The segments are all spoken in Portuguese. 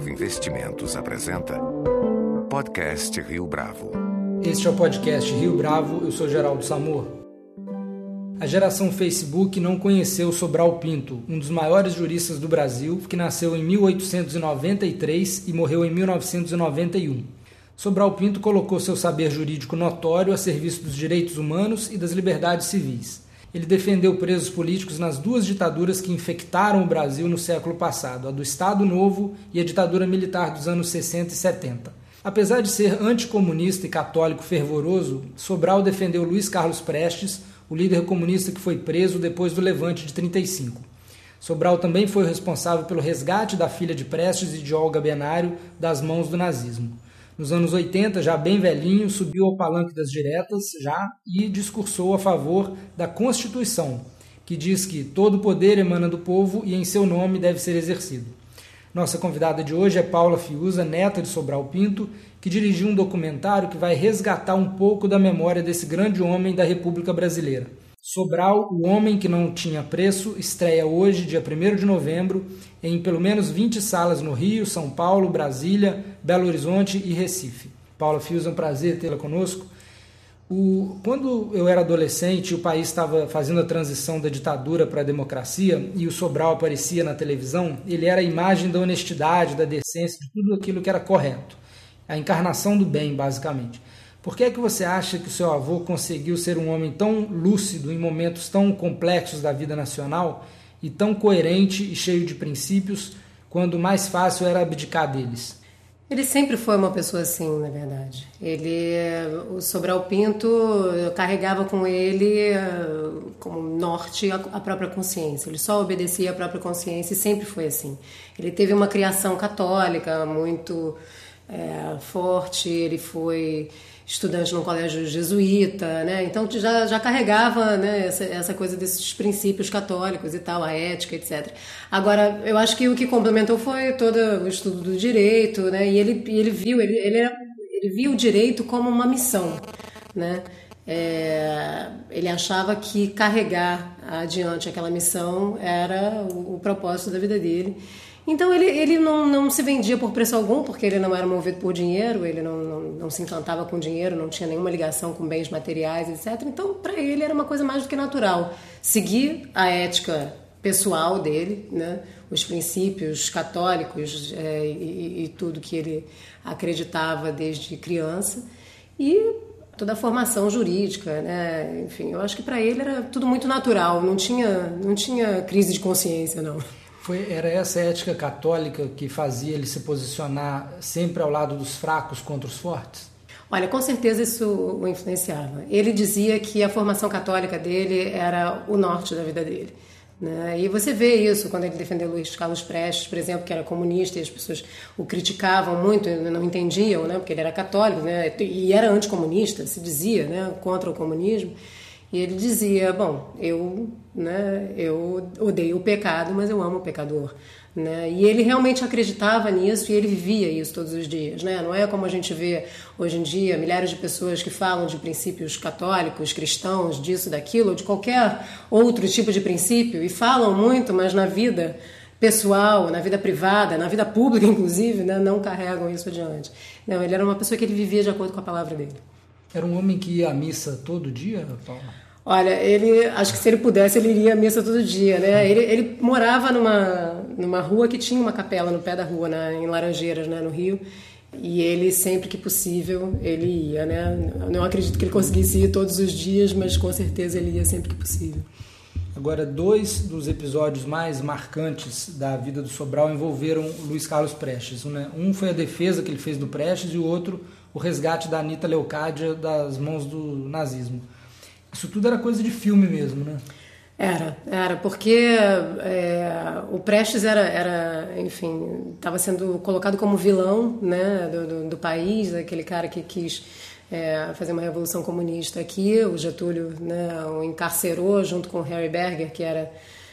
Bravo Investimentos apresenta Podcast Rio Bravo. Este é o podcast Rio Bravo, eu sou Geraldo Samor. A geração Facebook não conheceu Sobral Pinto, um dos maiores juristas do Brasil, que nasceu em 1893 e morreu em 1991. Sobral Pinto colocou seu saber jurídico notório a serviço dos direitos humanos e das liberdades civis. Ele defendeu presos políticos nas duas ditaduras que infectaram o Brasil no século passado, a do Estado Novo e a ditadura militar dos anos 60 e 70. Apesar de ser anticomunista e católico fervoroso, Sobral defendeu Luiz Carlos Prestes, o líder comunista que foi preso depois do Levante de 35. Sobral também foi responsável pelo resgate da filha de Prestes e de Olga Benário das mãos do nazismo. Nos anos 80, já bem velhinho, subiu ao palanque das diretas e discursou a favor da Constituição, que diz que todo poder emana do povo e em seu nome deve ser exercido. Nossa convidada de hoje é Paula Fiuza, neta de Sobral Pinto, que dirigiu um documentário que vai resgatar um pouco da memória desse grande homem da República Brasileira. Sobral, o homem que não tinha preço, estreia hoje, dia 1º de novembro, em pelo menos 20 salas no Rio, São Paulo, Brasília, Belo Horizonte e Recife. Paula Fiuza, é um prazer tê-la conosco. Quando eu era adolescente, o país estava fazendo a transição da ditadura para a democracia e o Sobral aparecia na televisão, ele era a imagem da honestidade, da decência, de tudo aquilo que era correto. A encarnação do bem, basicamente. Por que é que você acha que o seu avô conseguiu ser um homem tão lúcido em momentos tão complexos da vida nacional e tão coerente e cheio de princípios, quando o mais fácil era abdicar deles? Ele sempre foi uma pessoa assim, na verdade. O Sobral Pinto carregava com ele como norte a própria consciência. Ele só obedecia à própria consciência e sempre foi assim. Ele teve uma criação católica muito forte, ele foi estudante num colégio jesuíta, né? Então já carregava, né, essa coisa desses princípios católicos e tal, a ética, etc. Agora, eu acho que o que complementou foi todo o estudo do direito, né? E ele viu o direito como uma missão, né? Ele achava que carregar adiante aquela missão era o propósito da vida dele. Então ele não se vendia por preço algum, porque ele não era movido por dinheiro, ele não se encantava com dinheiro, não tinha nenhuma ligação com bens materiais, etc. Então, para ele era uma coisa mais do que natural seguir a ética pessoal dele, né? Os princípios católicos e tudo que ele acreditava desde criança e toda a formação jurídica, né? Enfim, eu acho que para ele era tudo muito natural, não tinha crise de consciência, não. Era essa ética católica que fazia ele se posicionar sempre ao lado dos fracos contra os fortes? Olha, com certeza isso o influenciava. Ele dizia que a formação católica dele era o norte da vida dele, né? E você vê isso quando ele defendeu Luiz Carlos Prestes, por exemplo, que era comunista e as pessoas o criticavam muito, não entendiam, né? Porque ele era católico, né? E era anticomunista, se dizia, né? Contra o comunismo. E ele dizia, bom, eu odeio o pecado, mas eu amo o pecador, né? E ele realmente acreditava nisso e ele vivia isso todos os dias, né? Não é como a gente vê hoje em dia, milhares de pessoas que falam de princípios católicos, cristãos, disso, daquilo, ou de qualquer outro tipo de princípio, e falam muito, mas na vida pessoal, na vida privada, na vida pública, inclusive, né, não carregam isso adiante. Não, ele era uma pessoa que ele vivia de acordo com a palavra dele. Era um homem que ia à missa todo dia, Paula? Olha, acho que se ele pudesse, ele iria à missa todo dia, né? Ele morava numa rua que tinha uma capela no pé da rua, né, em Laranjeiras, né, no Rio, e ele, sempre que possível, ele ia, né? Eu não acredito que ele conseguisse ir todos os dias, mas com certeza ele ia sempre que possível. Agora, 2 dos episódios mais marcantes da vida do Sobral envolveram Luiz Carlos Prestes, né? Um foi a defesa que ele fez do Prestes e o outro o resgate da Anita Leocádia das mãos do nazismo. Isso tudo era coisa de filme mesmo, né? Era porque o Prestes enfim, estava sendo colocado como vilão, né, do país, aquele cara que quis fazer uma revolução comunista aqui. O Getúlio, né, o encarcerou junto com o Harry Berger, que era,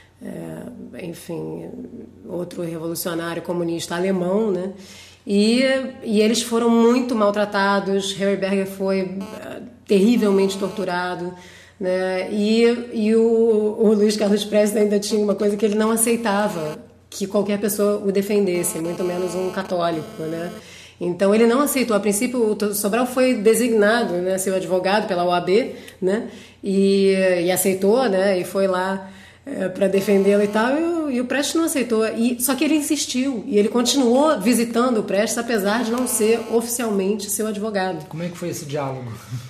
enfim, outro revolucionário comunista alemão, né? E eles foram muito maltratados. Harry Berger foi terrivelmente torturado, né? E o Luiz Carlos Prestes ainda tinha uma coisa que ele não aceitava, que qualquer pessoa o defendesse, muito menos um católico, né? Então ele não aceitou. A princípio o Sobral foi designado, né, seu advogado pela OAB, né, e aceitou, né, e foi lá para defendê-lo e tal, e o Prestes não aceitou. Só que ele insistiu e ele continuou visitando o Prestes, apesar de não ser oficialmente seu advogado. Como é que foi esse diálogo?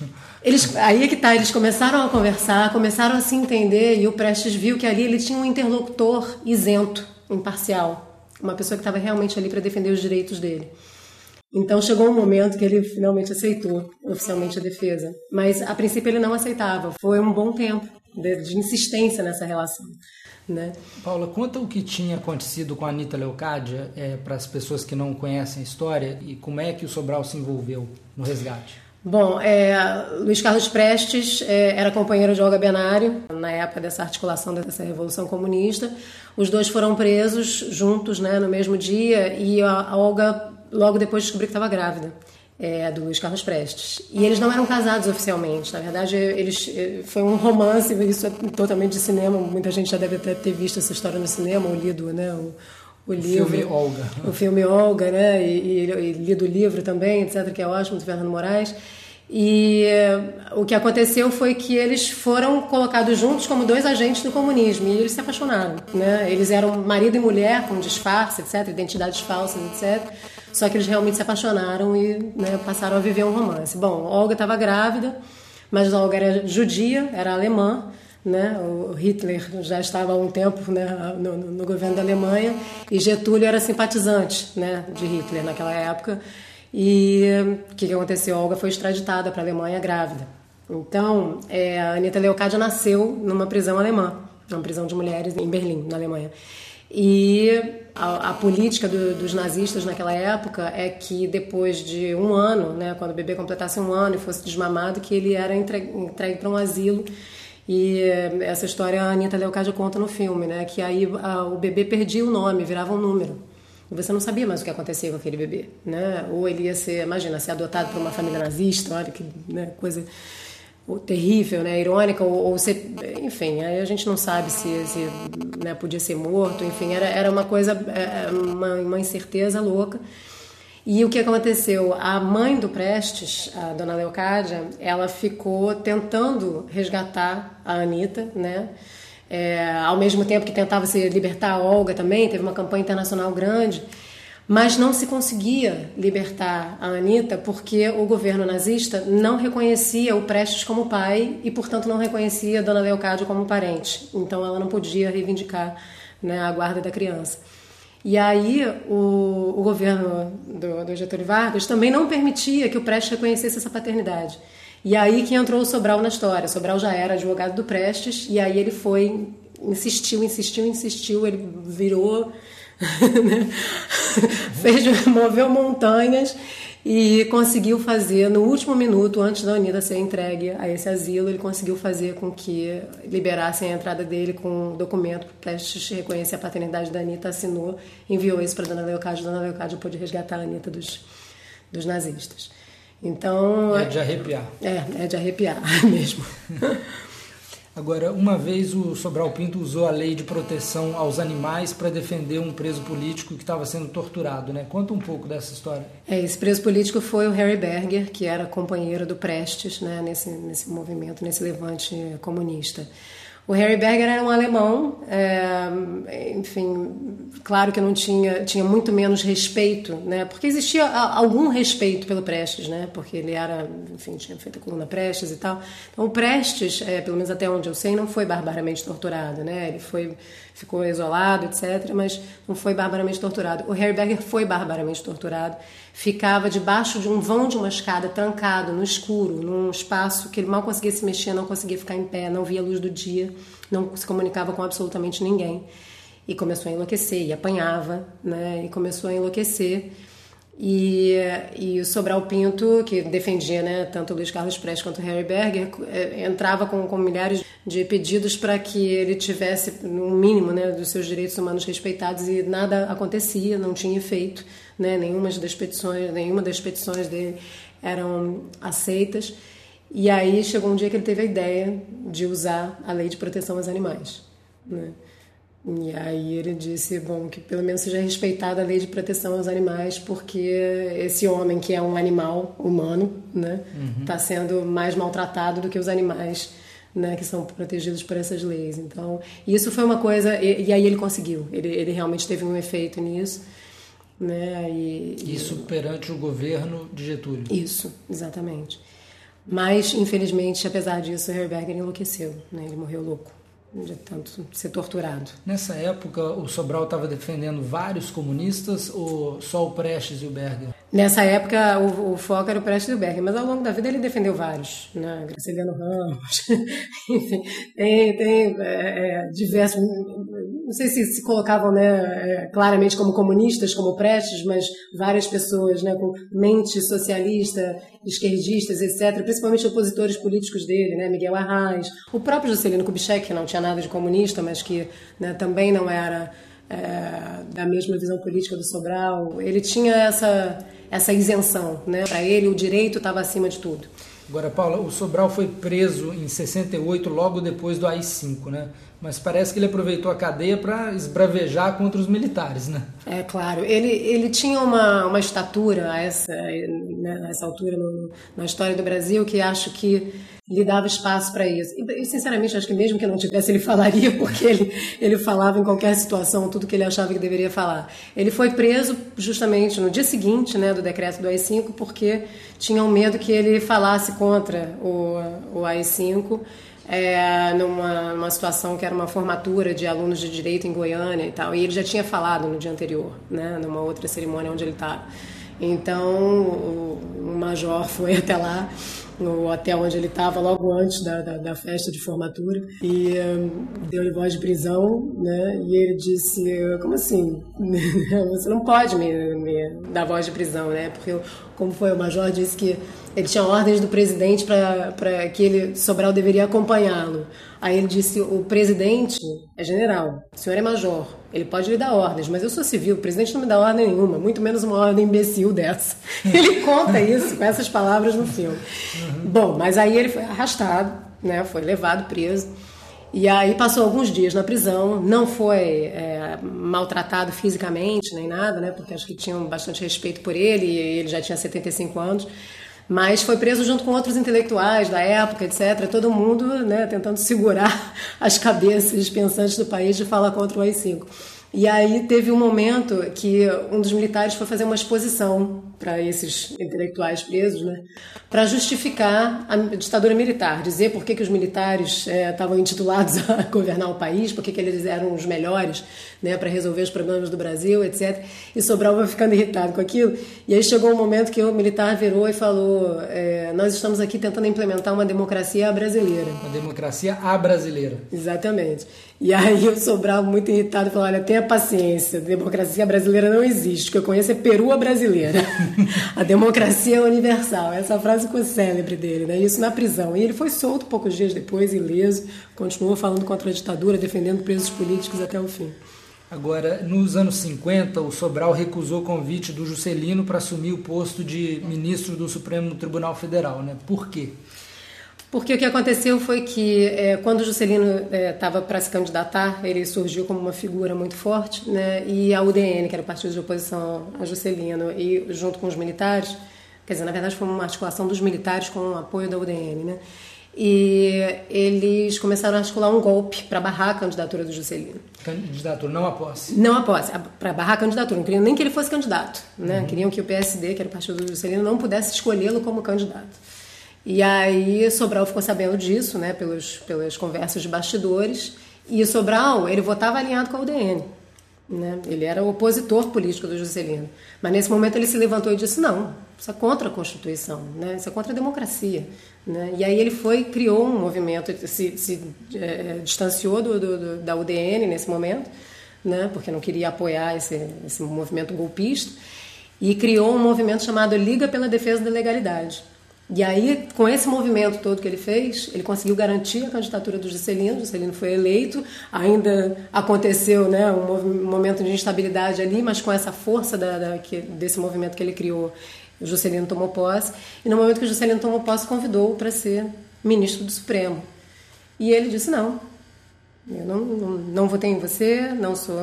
Aí é que tá, eles começaram a conversar, começaram a se entender, e o Prestes viu que ali ele tinha um interlocutor isento, imparcial, uma pessoa que estava realmente ali para defender os direitos dele. Então chegou um momento que ele finalmente aceitou oficialmente a defesa, mas a princípio ele não aceitava. Foi um bom tempo de insistência nessa relação, né? Paula, conta o que tinha acontecido com a Anita Leocádia para as pessoas que não conhecem a história e como é que o Sobral se envolveu no resgate. Bom, Luiz Carlos Prestes era companheiro de Olga Benário na época dessa articulação dessa Revolução Comunista. Os dois foram presos juntos, né, no mesmo dia, e a Olga logo depois descobriu que estava grávida do Luiz Carlos Prestes. E eles não eram casados oficialmente. Na verdade, foi um romance, isso é totalmente de cinema. Muita gente já deve ter visto essa história no cinema ou lido, né, o livro, filme Olga. O filme Olga, né? E lido o livro também, etc., que é ótimo, do Fernando Moraes. E o que aconteceu foi que eles foram colocados juntos como dois agentes do comunismo, e eles se apaixonaram, né? Eles eram marido e mulher com disfarce, etc., identidades falsas, etc., só que eles realmente se apaixonaram e, né, passaram a viver um romance. Bom, Olga estava grávida, mas Olga era judia, era alemã, né? O Hitler já estava há um tempo, né, no governo da Alemanha, e Getúlio era simpatizante, né, de Hitler naquela época. E o que aconteceu? A Olga foi extraditada para a Alemanha grávida. Então, a Anita Leocádia nasceu numa prisão alemã, numa prisão de mulheres em Berlim, na Alemanha. E a política dos nazistas naquela época é que depois de um ano, né, quando o bebê completasse um ano e fosse desmamado, que ele era entregue para um asilo. E essa história a Anita Leocádia conta no filme, né, que aí o bebê perdia o nome, virava um número. E você não sabia mais o que acontecia com aquele bebê, né? Ou ele ia ser, imagina, ser adotado por uma família nazista, olha que, né, coisa terrível, né, irônica, ou ser, enfim, aí a gente não sabe se né, podia ser morto, enfim, era uma coisa, uma incerteza louca. E o que aconteceu? A mãe do Prestes, a dona Leocádia, ela ficou tentando resgatar a Anita, né? Ao mesmo tempo que tentava se libertar a Olga também, teve uma campanha internacional grande, mas não se conseguia libertar a Anita porque o governo nazista não reconhecia o Prestes como pai e, portanto, não reconhecia a dona Leocádia como parente. Então, ela não podia reivindicar, né, a guarda da criança. E aí, o governo do Getúlio Vargas também não permitia que o Prestes reconhecesse essa paternidade. E aí que entrou o Sobral na história. O Sobral já era advogado do Prestes, e aí ele foi, insistiu, ele virou, né? Moveu montanhas e conseguiu fazer, no último minuto, antes da Anita ser entregue a esse asilo, ele conseguiu fazer com que liberassem a entrada dele com um documento para Prestes reconhecer a paternidade da Anita, assinou, enviou isso para a dona Leocádia. A dona Leocádia pôde resgatar a Anita dos nazistas. Então, é de arrepiar. É de arrepiar mesmo. Agora, uma vez o Sobral Pinto usou a lei de proteção aos animais para defender um preso político que estava sendo torturado, né? Conta um pouco dessa história. Esse preso político foi o Harry Berger, que era companheiro do Prestes, né, nesse movimento, nesse levante comunista. O Harry Berger era um alemão, enfim, claro que não tinha muito menos respeito, né? Porque existia algum respeito pelo Prestes, né? Porque ele era, enfim, tinha feito a coluna Prestes e tal. Então o Prestes, pelo menos até onde eu sei, não foi barbaramente torturado, né? Ele ficou isolado, etc., mas não foi barbaramente torturado. O Harry Berger foi barbaramente torturado. Ficava debaixo de um vão de uma escada, trancado, no escuro, num espaço que ele mal conseguia se mexer, não conseguia ficar em pé, não via a luz do dia, não se comunicava com absolutamente ninguém. E começou a enlouquecer, e apanhava, né? E começou a enlouquecer. E o Sobral Pinto, que defendia, né, tanto o Luiz Carlos Prestes quanto o Harry Berger, entrava com milhares de pedidos para que ele tivesse, no mínimo, né, dos seus direitos humanos respeitados, e nada acontecia, não tinha efeito, né, nenhuma das petições dele eram aceitas. E aí chegou um dia que ele teve a ideia de usar a lei de proteção aos animais, né? E aí ele disse, bom, que pelo menos seja respeitada a lei de proteção aos animais, porque esse homem, que é um animal humano, né, está sendo mais maltratado do que os animais, né, que são protegidos por essas leis. Então, isso foi uma coisa, e aí ele conseguiu, ele realmente teve um efeito nisso. Né, isso perante o governo de Getúlio. Isso, exatamente. Mas, infelizmente, apesar disso, Herberger enlouqueceu, né, ele morreu louco de tanto ser torturado. Nessa época, o Sobral estava defendendo vários comunistas ou só o Prestes e o Berger? Nessa época, o foco era o Prestes e o Berger, mas ao longo da vida ele defendeu vários, né? Graciliano Ramos, enfim, tem diversos, não sei se colocavam, né, claramente como comunistas, como Prestes, mas várias pessoas, né, com mente socialista, esquerdistas, etc., principalmente opositores políticos dele, né, Miguel Arraes, o próprio Juscelino Kubitschek, que não tinha nada de comunista, mas que, né, também não era da mesma visão política do Sobral. Ele tinha essa isenção, né? Para ele o direito estava acima de tudo. Agora, Paula, o Sobral foi preso em 68, logo depois do AI-5, né? Mas parece que ele aproveitou a cadeia para esbravejar contra os militares, né? É claro, ele tinha uma estatura a essa altura na história do Brasil, que acho que lhe dava espaço para isso. E, sinceramente, acho que mesmo que não tivesse, ele falaria, porque ele falava em qualquer situação tudo que ele achava que deveria falar. Ele foi preso justamente no dia seguinte, né, do decreto do AI-5, porque tinham medo que ele falasse contra o AI-5, numa situação que era uma formatura de alunos de direito em Goiânia e tal, e ele já tinha falado no dia anterior, né, numa outra cerimônia onde ele estava. Então o major foi até lá, no hotel onde ele estava, logo antes da festa de formatura, e deu-lhe voz de prisão, né? E ele disse, como assim? Você não pode me dar voz de prisão, né? Porque, como foi, o major disse que ele tinha ordens do presidente para que Sobral deveria acompanhá-lo. Aí ele disse, o presidente é general, o senhor é major, ele pode lhe dar ordens, mas eu sou civil, o presidente não me dá ordem nenhuma, muito menos uma ordem imbecil dessa. Ele conta isso com essas palavras no filme. Bom, mas aí ele foi arrastado, né, foi levado, preso, e aí passou alguns dias na prisão, não foi maltratado fisicamente nem nada, né, porque acho que tinham bastante respeito por ele, e ele já tinha 75 anos, mas foi preso junto com outros intelectuais da época, etc., todo mundo, né, tentando segurar as cabeças pensantes do país de falar contra o AI-5. E aí teve um momento que um dos militares foi fazer uma exposição para esses intelectuais presos, né, para justificar a ditadura militar, dizer por que os militares estavam intitulados a governar o país, por que eles eram os melhores, né, para resolver os problemas do Brasil, etc. E Sobral vai ficando irritado com aquilo. E aí chegou um momento que o militar virou e falou, nós estamos aqui tentando implementar uma democracia brasileira. Uma democracia à brasileira. Exatamente. E aí o Sobral, muito irritado, falou, olha, tenha paciência, democracia brasileira não existe, o que eu conheço é perua brasileira. A democracia é universal. Essa frase ficou célebre dele, né? Isso na prisão. E ele foi solto poucos dias depois, ileso, continuou falando contra a ditadura, defendendo presos políticos até o fim. Agora, nos anos 50, o Sobral recusou o convite do Juscelino para assumir o posto de ministro do Supremo Tribunal Federal, né? Por quê? Porque o que aconteceu foi que quando o Juscelino estava para se candidatar, ele surgiu como uma figura muito forte, né? E a UDN, que era o partido de oposição a Juscelino, e junto com os militares, quer dizer, na verdade foi uma articulação dos militares com o apoio da UDN, né? E eles começaram a articular um golpe para barrar a candidatura do Juscelino. Candidatura, não a posse? Não a posse, para barrar a candidatura. Não queriam nem que ele fosse candidato, né? Queriam que o PSD, que era o partido do Juscelino, não pudesse escolhê-lo como candidato. E aí Sobral ficou sabendo disso, né, pelas conversas de bastidores, e Sobral, ele votava alinhado com a UDN, né? Ele era o opositor político do Juscelino. Mas nesse momento ele se levantou e disse, não, isso é contra a Constituição, né? Isso é contra a democracia, né? E aí ele criou um movimento, se distanciou da UDN nesse momento, né, porque não queria apoiar esse movimento golpista, e criou um movimento chamado Liga pela Defesa da Legalidade. E aí, com esse movimento todo que ele fez, ele conseguiu garantir a candidatura do Juscelino. O Juscelino foi eleito, ainda aconteceu, né, um momento de instabilidade ali, mas com essa força desse movimento que ele criou, o Juscelino tomou posse. E no momento que o Juscelino tomou posse, convidou-o para ser ministro do Supremo. E ele disse, não, Eu não votei em você, não sou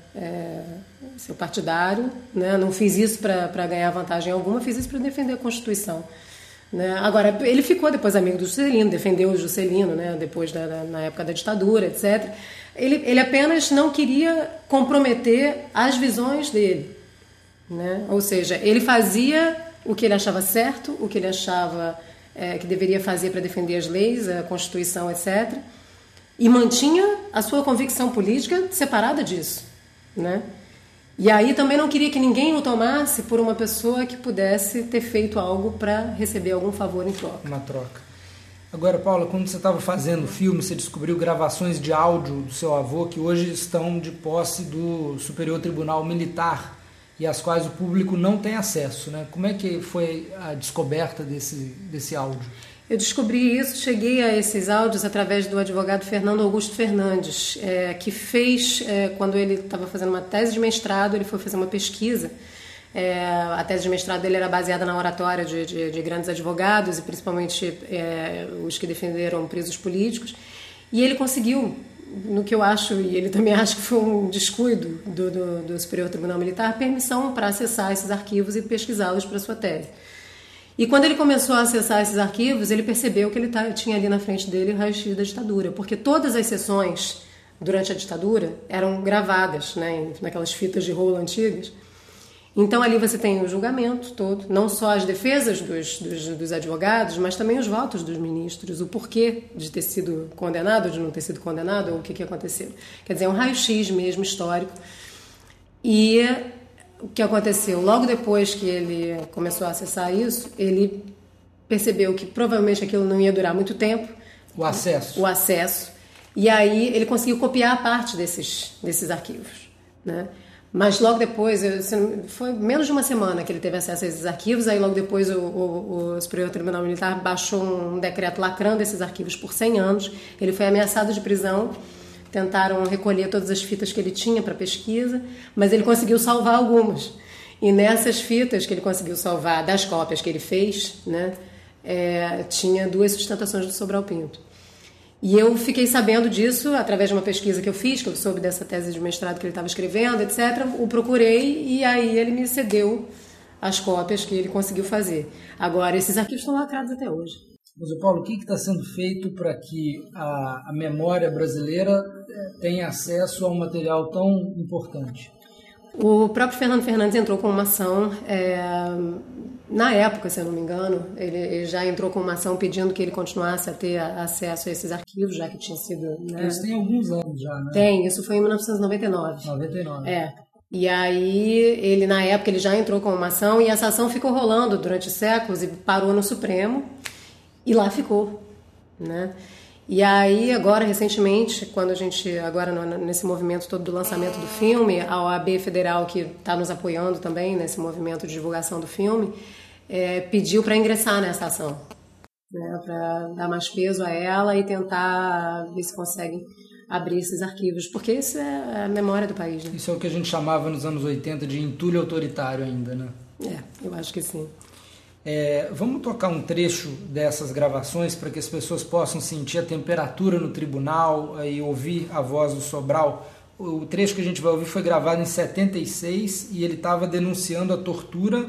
seu partidário, né? Não fiz isso para ganhar vantagem alguma, fiz isso para defender a Constituição. Né? Agora, ele ficou depois amigo do Juscelino, defendeu o Juscelino, né? Depois na época da ditadura, etc. Ele apenas não queria comprometer as visões dele. Né? Ou seja, ele fazia o que ele achava certo, o que ele achava que deveria fazer para defender as leis, a Constituição, etc. E mantinha a sua convicção política separada disso. Né? E aí também não queria que ninguém o tomasse por uma pessoa que pudesse ter feito algo para receber algum favor em troca. Uma troca. Agora, Paula, quando você estava fazendo o filme, você descobriu gravações de áudio do seu avô que hoje estão de posse do Superior Tribunal Militar e às quais o público não tem acesso, né? Como é que foi a descoberta desse áudio? Eu descobri isso, cheguei a esses áudios através do advogado Fernando Augusto Fernandes, que fez, quando ele estava fazendo uma tese de mestrado, ele foi fazer uma pesquisa. A tese de mestrado dele era baseada na oratória de grandes advogados, e principalmente os que defenderam presos políticos. E ele conseguiu, no que eu acho, e ele também acha que foi um descuido do Superior Tribunal Militar, permissão para acessar esses arquivos e pesquisá-los para sua tese. E quando ele começou a acessar esses arquivos, ele percebeu que ele tinha ali na frente dele o raio-x da ditadura, porque todas as sessões durante a ditadura eram gravadas, né, naquelas fitas de rolo antigas. Então ali você tem o julgamento todo, não só as defesas dos advogados, mas também os votos dos ministros, o porquê de ter sido condenado ou de não ter sido condenado, ou o que aconteceu. Quer dizer, é um raio-x mesmo histórico. E o que aconteceu? Logo depois que ele começou a acessar isso, ele percebeu que provavelmente aquilo não ia durar muito tempo. O acesso. E aí ele conseguiu copiar parte desses arquivos, né? Mas logo depois, foi menos de uma semana que ele teve acesso a esses arquivos, aí logo depois o Superior Tribunal Militar baixou um decreto lacrando esses arquivos por 100 anos, ele foi ameaçado de prisão, tentaram recolher todas as fitas que ele tinha para pesquisa, mas ele conseguiu salvar algumas. E nessas fitas que ele conseguiu salvar, das cópias que ele fez, né, tinha 2 sustentações do Sobral Pinto. E eu fiquei sabendo disso através de uma pesquisa que eu fiz, que eu soube dessa tese de mestrado que ele estava escrevendo, etc. O procurei e aí ele me cedeu as cópias que ele conseguiu fazer. Agora, esses arquivos estão lacrados até hoje. Mas, Paulo, o que está sendo feito para que a memória brasileira tenha acesso a um material tão importante? O próprio Fernando Fernandes entrou com uma ação, na época, se eu não me engano, ele já entrou com uma ação pedindo que ele continuasse a ter acesso a esses arquivos, já que tinha sido... Né? Isso tem alguns anos já, né? Tem, isso foi em 1999. 99. E aí, ele na época, ele já entrou com uma ação e essa ação ficou rolando durante séculos e parou no Supremo e lá ficou, né? E aí, agora, recentemente, quando a gente, agora nesse movimento todo do lançamento do filme, a OAB Federal, que está nos apoiando também nesse movimento de divulgação do filme, pediu para ingressar nessa ação, né, para dar mais peso a ela e tentar ver se consegue abrir esses arquivos, porque isso é a memória do país. Né? Isso é o que a gente chamava nos anos 80 de entulho autoritário ainda, né? Eu acho que sim. Vamos tocar um trecho dessas gravações para que as pessoas possam sentir a temperatura no tribunal e ouvir a voz do Sobral. O trecho que a gente vai ouvir foi gravado em 76 e ele estava denunciando a tortura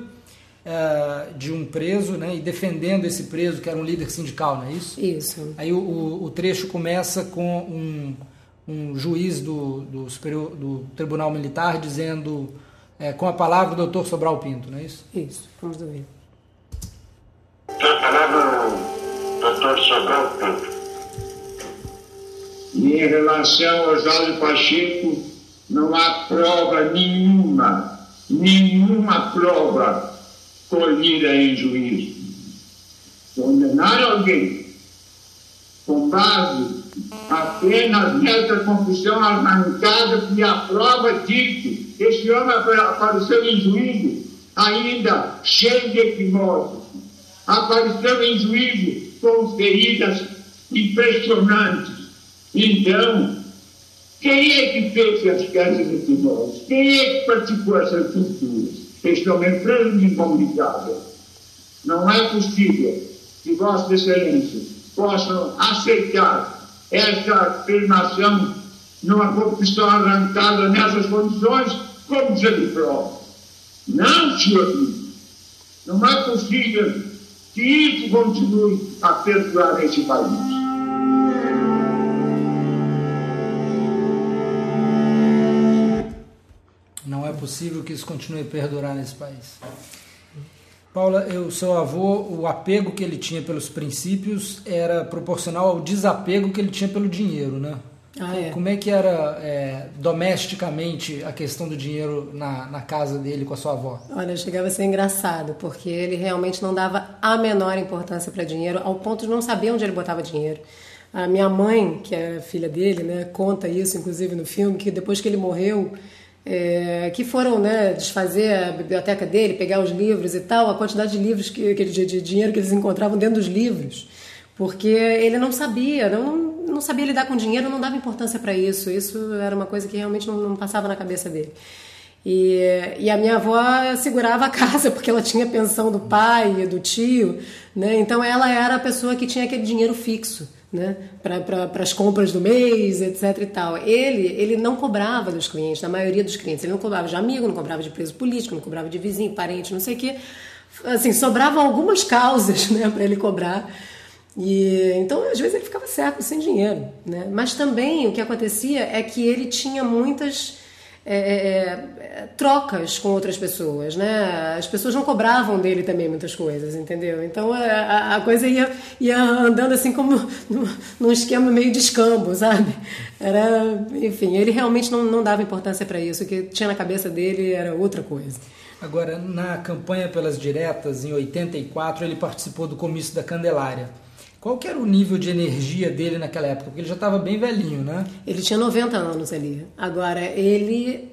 de um preso, né, e defendendo esse preso que era um líder sindical, não é isso? Isso. Aí o trecho começa com um juiz do Tribunal Militar dizendo, com a palavra, o doutor Sobral Pinto, não é isso? Isso, vamos ouvir. A palavra do doutor Sobral Pinto. E em relação ao Jorge Pacheco, não há prova nenhuma prova colhida em juízo. Condenar alguém com base apenas nessa confissão arrancada e a prova disso, esse homem apareceu em juízo ainda cheio de equimoses. Apareceu em juízo com feridas impressionantes. Então, quem é que fez as casas de timores? Quem é que praticou essas torturas? Estão entrando incomunicável. Não é possível que Vossa Excelência possam aceitar essa afirmação numa corrupção arrancada nessas condições, como dizer de prova. Não, senhor, não é possível que isso continue a perdurar nesse país. Não é possível que isso continue a perdurar nesse país. Paula, o seu avô, o apego que ele tinha pelos princípios era proporcional ao desapego que ele tinha pelo dinheiro, né? É. Como é que era domesticamente a questão do dinheiro na casa dele com a sua avó? Olha, chegava a ser engraçado, porque ele realmente não dava a menor importância para dinheiro, ao ponto de não saber onde ele botava dinheiro. A minha mãe, que é filha dele, né, conta isso, inclusive, no filme, que depois que ele morreu, que foram, né, desfazer a biblioteca dele, pegar os livros e tal, a quantidade de livros, de dinheiro que eles encontravam dentro dos livros, porque ele não sabia, não sabia lidar com dinheiro, não dava importância para isso. Isso era uma coisa que realmente não passava na cabeça dele. E a minha avó segurava a casa, porque ela tinha pensão do pai e do tio, né? Então ela era a pessoa que tinha aquele dinheiro fixo, né? Para as compras do mês, etc. e tal. Ele não cobrava dos clientes, da maioria dos clientes. Ele não cobrava de amigo, não cobrava de preso político, não cobrava de vizinho, parente, não sei o quê. Assim, sobravam algumas causas, né, para ele cobrar. E então, às vezes, ele ficava séculos sem dinheiro, né? Mas também o que acontecia é que ele tinha muitas trocas com outras pessoas, né? As pessoas não cobravam dele também muitas coisas, entendeu? Então a coisa ia andando assim como num esquema meio de escambo, sabe? Enfim, ele realmente não dava importância para isso. O que tinha na cabeça dele era outra coisa. Agora, na campanha pelas diretas, em 84, ele participou do comício da Candelária. Qual que era o nível de energia dele naquela época? Porque ele já estava bem velhinho, né? Ele tinha 90 anos ali. Agora, ele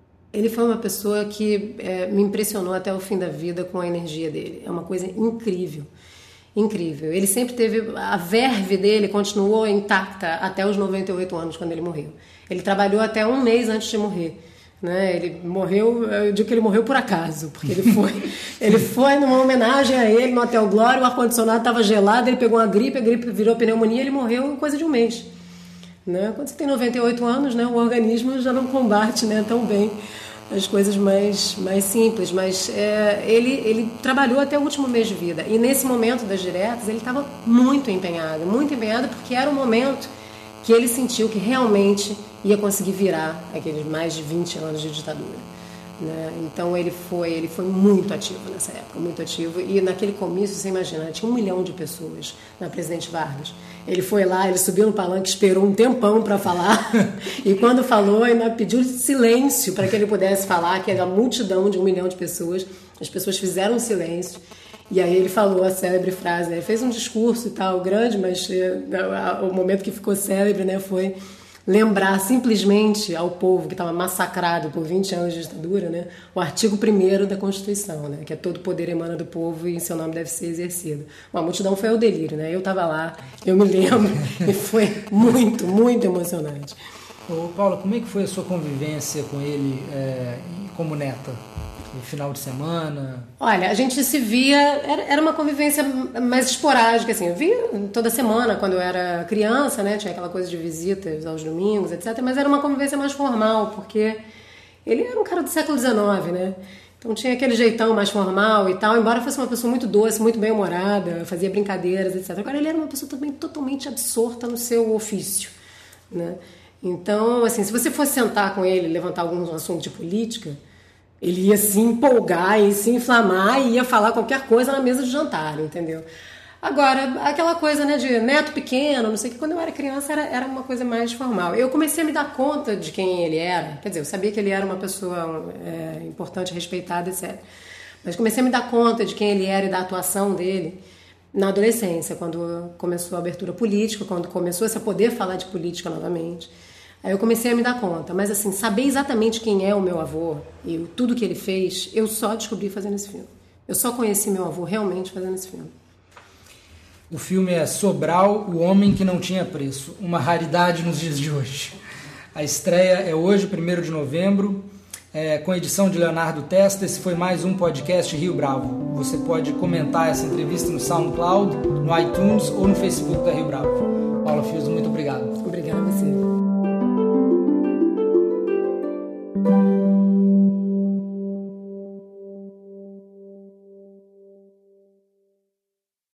foi uma pessoa que me impressionou até o fim da vida com a energia dele. É uma coisa incrível. Incrível. Ele sempre teve... A verve dele continuou intacta até os 98 anos, quando ele morreu. Ele trabalhou até um mês antes de morrer. Né? Ele morreu, eu digo que ele morreu por acaso, porque ele foi numa homenagem a ele no Hotel Glória, o ar-condicionado estava gelado, ele pegou a gripe virou pneumonia, ele morreu em coisa de um mês. Né? Quando você tem 98 anos, né, o organismo já não combate, né, tão bem as coisas mais simples, mas ele trabalhou até o último mês de vida, e nesse momento das diretas ele estava muito empenhado porque era um momento que ele sentiu que realmente ia conseguir virar aqueles mais de 20 anos de ditadura. Né? Então ele foi muito ativo nessa época, muito ativo. E naquele comício, você imagina, tinha 1 milhão de pessoas na Presidente Vargas. Ele foi lá, ele subiu no palanque, esperou um tempão para falar, e quando falou, ainda pediu silêncio para que ele pudesse falar, que era a multidão de 1 milhão de pessoas. As pessoas fizeram silêncio. E aí ele falou a célebre frase, né? Ele fez um discurso e tal, grande, mas o momento que ficou célebre, né, foi lembrar simplesmente ao povo que estava massacrado por 20 anos de ditadura, né, o artigo 1º da Constituição, né, que é todo poder emana do povo e em seu nome deve ser exercido. A multidão foi ao delírio, né? Eu estava lá, eu me lembro, e foi muito, muito emocionante. Ô, Paula, como é que foi a sua convivência com ele como neta? No final de semana? Olha, a gente se via, era uma convivência mais esporádica, assim, eu via toda semana quando eu era criança, né, tinha aquela coisa de visitas aos domingos, etc, mas era uma convivência mais formal, porque ele era um cara do século XIX, né, então tinha aquele jeitão mais formal e tal, embora fosse uma pessoa muito doce, muito bem-humorada, fazia brincadeiras, etc, agora ele era uma pessoa também totalmente absorta no seu ofício, né, então, assim, se você fosse sentar com ele e levantar algum assunto de política, ele ia se empolgar e se inflamar e ia falar qualquer coisa na mesa de jantar, entendeu? Agora, aquela coisa, né, de neto pequeno, não sei o que, quando eu era criança era uma coisa mais formal. Eu comecei a me dar conta de quem ele era, quer dizer, eu sabia que ele era uma pessoa importante, respeitada, etc. Mas comecei a me dar conta de quem ele era e da atuação dele na adolescência, quando começou a abertura política, quando começou a poder falar de política novamente. Aí eu comecei a me dar conta, mas assim, saber exatamente quem é o meu avô e tudo que ele fez, eu só descobri fazendo esse filme. Eu só conheci meu avô realmente fazendo esse filme. O filme é Sobral, o Homem que Não Tinha Preço, uma raridade nos dias de hoje. A estreia é hoje, 1º de novembro, com a edição de Leonardo Testa. Esse foi mais um podcast Rio Bravo. Você pode comentar essa entrevista no SoundCloud, no iTunes ou no Facebook da Rio Bravo. Paula Fiuso, muito obrigado. Obrigada a você. Música